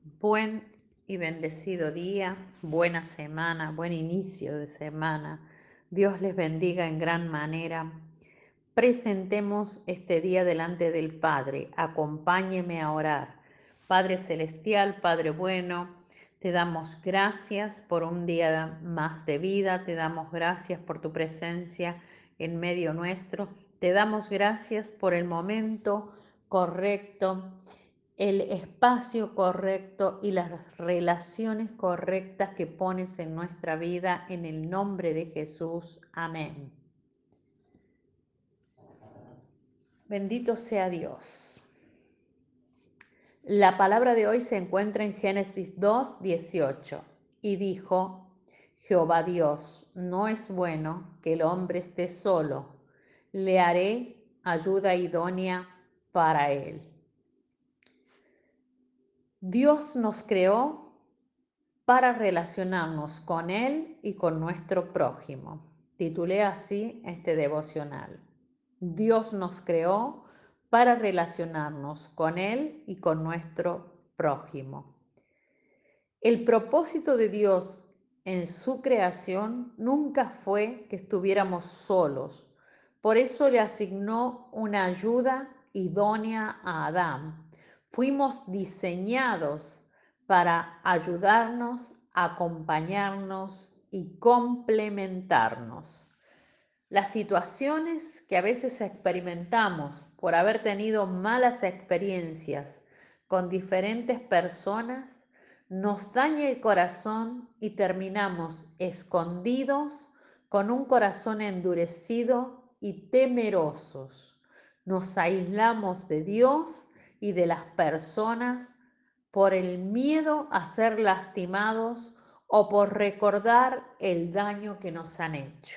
Buen y bendecido día, buena semana, buen inicio de semana. Dios les bendiga en gran manera. Presentemos este día delante del Padre. Acompáñeme a orar. Padre Celestial, Padre bueno, te damos gracias por un día más de vida. Te damos gracias por tu presencia en medio nuestro. Te damos gracias por el momento correcto, el espacio correcto y las relaciones correctas que pones en nuestra vida, en el nombre de Jesús. Amén. Bendito sea Dios. La palabra de hoy se encuentra en Génesis 2:18 y dijo: Jehová Dios, no es bueno que el hombre esté solo, le haré ayuda idónea para él. Dios nos creó para relacionarnos con Él y con nuestro prójimo. Titulé así este devocional. Dios nos creó para relacionarnos con Él y con nuestro prójimo. El propósito de Dios en su creación nunca fue que estuviéramos solos. Por eso le asignó una ayuda idónea a Adán. Fuimos diseñados para ayudarnos, acompañarnos y complementarnos. Las situaciones que a veces experimentamos por haber tenido malas experiencias con diferentes personas nos daña el corazón y terminamos escondidos con un corazón endurecido y temerosos. Nos aislamos de Dios y de las personas por el miedo a ser lastimados o por recordar el daño que nos han hecho.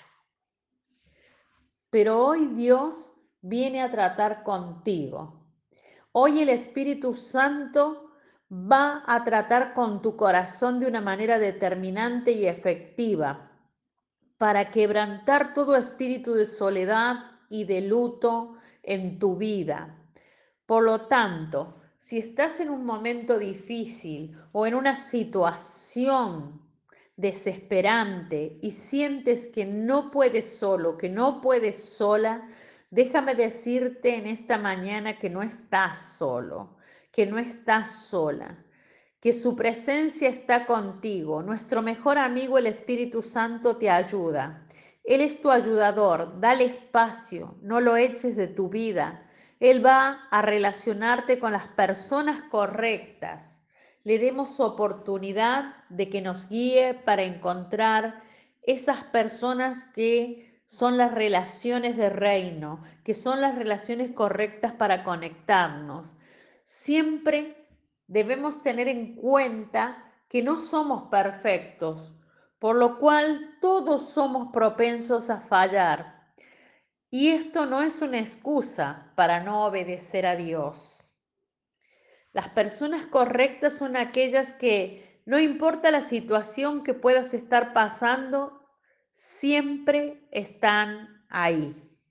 Pero hoy Dios viene a tratar contigo. Hoy el Espíritu Santo va a tratar con tu corazón de una manera determinante y efectiva para quebrantar todo espíritu de soledad y de luto en tu vida. Por lo tanto, si estás en un momento difícil o en una situación desesperante y sientes que no puedes solo, que no puedes sola, déjame decirte en esta mañana que no estás solo, que no estás sola, que su presencia está contigo. Nuestro mejor amigo, el Espíritu Santo, te ayuda. Él es tu ayudador. Dale espacio, no lo eches de tu vida. Él va a relacionarte con las personas correctas. Le demos oportunidad de que nos guíe para encontrar esas personas que son las relaciones de reino, que son las relaciones correctas para conectarnos. Siempre debemos tener en cuenta que no somos perfectos, por lo cual todos somos propensos a fallar. Y esto no es una excusa para no obedecer a Dios. Las personas correctas son aquellas que, no importa la situación que puedas estar pasando, siempre están ahí.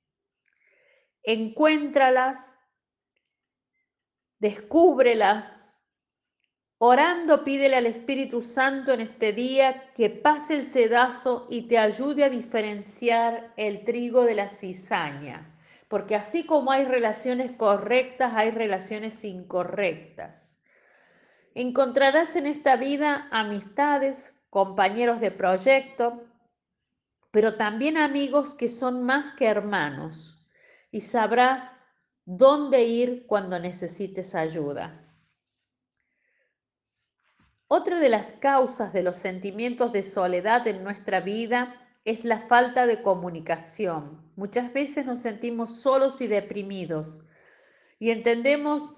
Encuéntralas, descúbrelas. Orando, pídele al Espíritu Santo en este día que pase el sedazo y te ayude a diferenciar el trigo de la cizaña. Porque así como hay relaciones correctas, hay relaciones incorrectas. Encontrarás en esta vida amistades, compañeros de proyecto, pero también amigos que son más que hermanos. Y sabrás dónde ir cuando necesites ayuda. Otra de las causas de los sentimientos de soledad en nuestra vida es la falta de comunicación. Muchas veces nos sentimos solos y deprimidos y entendemos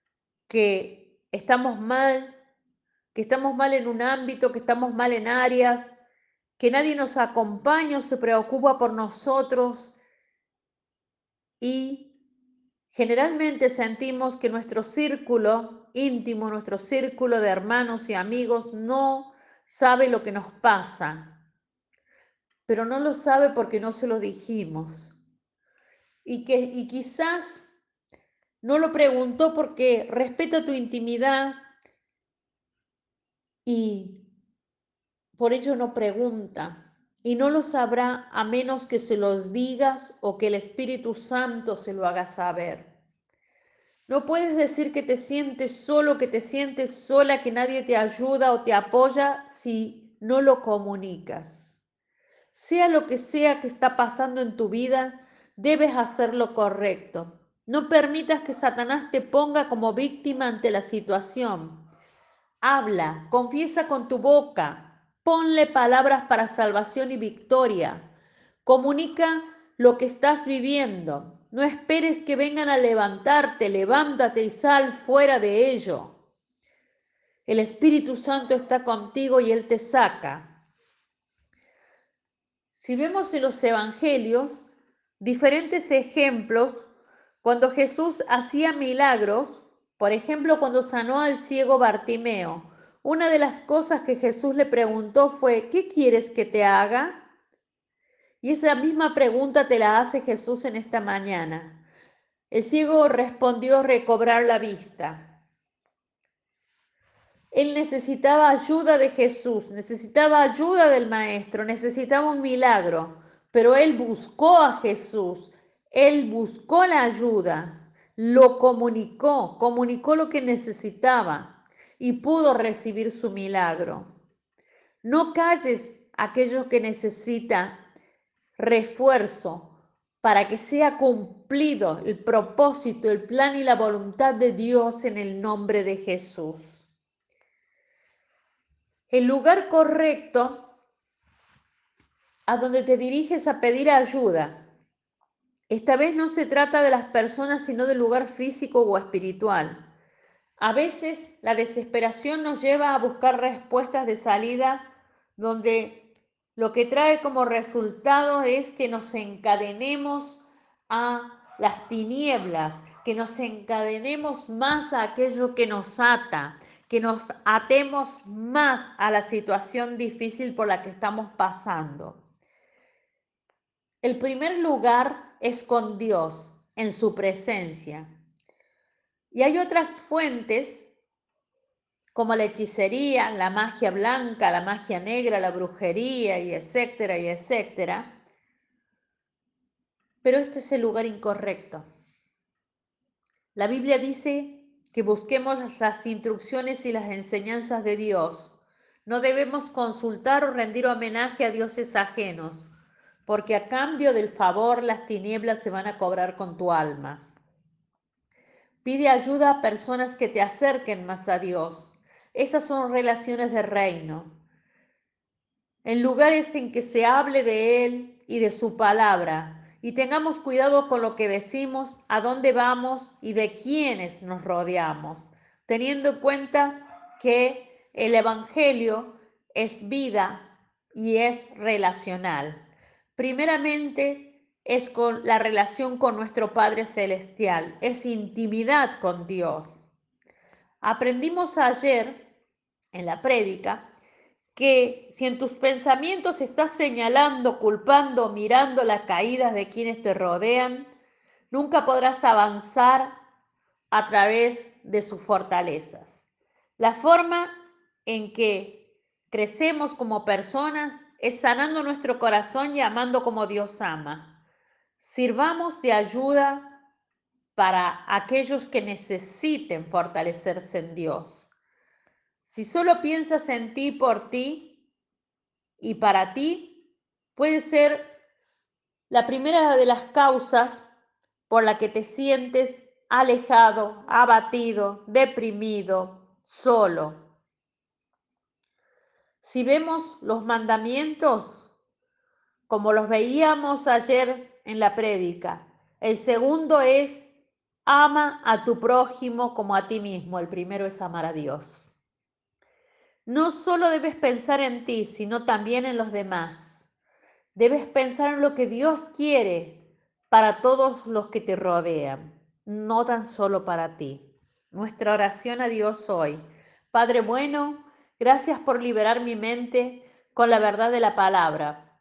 que estamos mal en un ámbito, que estamos mal en áreas, que nadie nos acompaña o se preocupa por nosotros y generalmente sentimos que nuestro círculo íntimo, nuestro círculo de hermanos y amigos no sabe lo que nos pasa, pero no lo sabe porque no se lo dijimos. Y quizás no lo preguntó porque respeta tu intimidad y por ello no pregunta y no lo sabrá a menos que se los digas o que el Espíritu Santo se lo haga saber. No puedes decir que te sientes solo, que te sientes sola, que nadie te ayuda o te apoya si no lo comunicas. Sea lo que sea que está pasando en tu vida, debes hacer lo correcto. No permitas que Satanás te ponga como víctima ante la situación. Habla, confiesa con tu boca, ponle palabras para salvación y victoria. Comunica lo que estás viviendo. No esperes que vengan a levantarte, levántate y sal fuera de ello. El Espíritu Santo está contigo y Él te saca. Si vemos en los evangelios diferentes ejemplos, cuando Jesús hacía milagros, por ejemplo, cuando sanó al ciego Bartimeo, una de las cosas que Jesús le preguntó fue, ¿qué quieres que te haga? Y esa misma pregunta te la hace Jesús en esta mañana. El ciego respondió recobrar la vista. Él necesitaba ayuda de Jesús, necesitaba ayuda del Maestro, necesitaba un milagro, pero él buscó a Jesús, él buscó la ayuda, lo comunicó, comunicó lo que necesitaba y pudo recibir su milagro. No calles a aquello que necesita refuerzo para que sea cumplido el propósito, el plan y la voluntad de Dios en el nombre de Jesús. El lugar correcto a donde te diriges a pedir ayuda. Esta vez no se trata de las personas, sino del lugar físico o espiritual. A veces la desesperación nos lleva a buscar respuestas de salida donde lo que trae como resultado es que nos encadenemos a las tinieblas, que nos encadenemos más a aquello que nos ata, que nos atemos más a la situación difícil por la que estamos pasando. El primer lugar es con Dios, en su presencia. Y hay otras fuentes como la hechicería, la magia blanca, la magia negra, la brujería y etcétera y etcétera. Pero este es el lugar incorrecto. La Biblia dice que busquemos las instrucciones y las enseñanzas de Dios. No debemos consultar o rendir homenaje a dioses ajenos, porque a cambio del favor las tinieblas se van a cobrar con tu alma. Pide ayuda a personas que te acerquen más a Dios. Esas son relaciones de reino. En lugares en que se hable de Él y de su palabra, y tengamos cuidado con lo que decimos, a dónde vamos y de quiénes nos rodeamos, teniendo en cuenta que el Evangelio es vida y es relacional. Primeramente es con la relación con nuestro Padre Celestial, es intimidad con Dios. Aprendimos ayer en la prédica que si en tus pensamientos estás señalando, culpando, mirando las caídas de quienes te rodean, nunca podrás avanzar a través de sus fortalezas. La forma en que crecemos como personas es sanando nuestro corazón y amando como Dios ama. Sirvamos de ayuda para aquellos que necesiten fortalecerse en Dios. Si solo piensas en ti por ti y para ti, puede ser la primera de las causas por la que te sientes alejado, abatido, deprimido, solo. Si vemos los mandamientos, como los veíamos ayer en la prédica, el segundo es ama a tu prójimo como a ti mismo. El primero es amar a Dios. No solo debes pensar en ti, sino también en los demás. Debes pensar en lo que Dios quiere para todos los que te rodean, no tan solo para ti. Nuestra oración a Dios hoy. Padre bueno, gracias por liberar mi mente con la verdad de la palabra,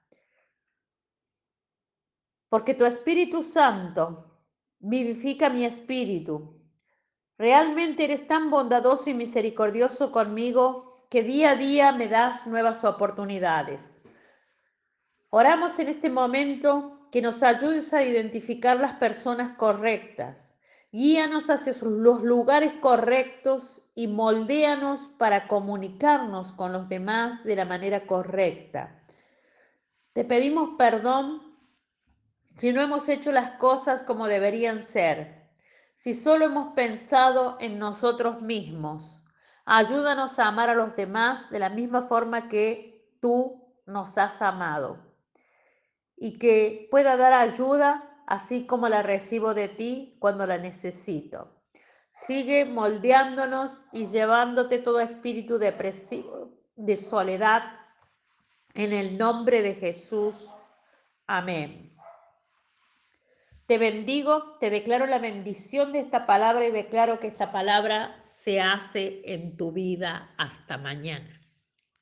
porque tu Espíritu Santo vivifica mi espíritu. Realmente eres tan bondadoso y misericordioso conmigo que día a día me das nuevas oportunidades. Oramos en este momento que nos ayudes a identificar las personas correctas. Guíanos hacia los lugares correctos y moldéanos para comunicarnos con los demás de la manera correcta. Te pedimos perdón si no hemos hecho las cosas como deberían ser, si solo hemos pensado en nosotros mismos. Ayúdanos a amar a los demás de la misma forma que tú nos has amado y que pueda dar ayuda así como la recibo de ti cuando la necesito. Sigue moldeándonos y llevándote todo espíritu depresivo, de soledad, en el nombre de Jesús. Amén. Te bendigo, te declaro la bendición de esta palabra y declaro que esta palabra se hace en tu vida. Hasta mañana.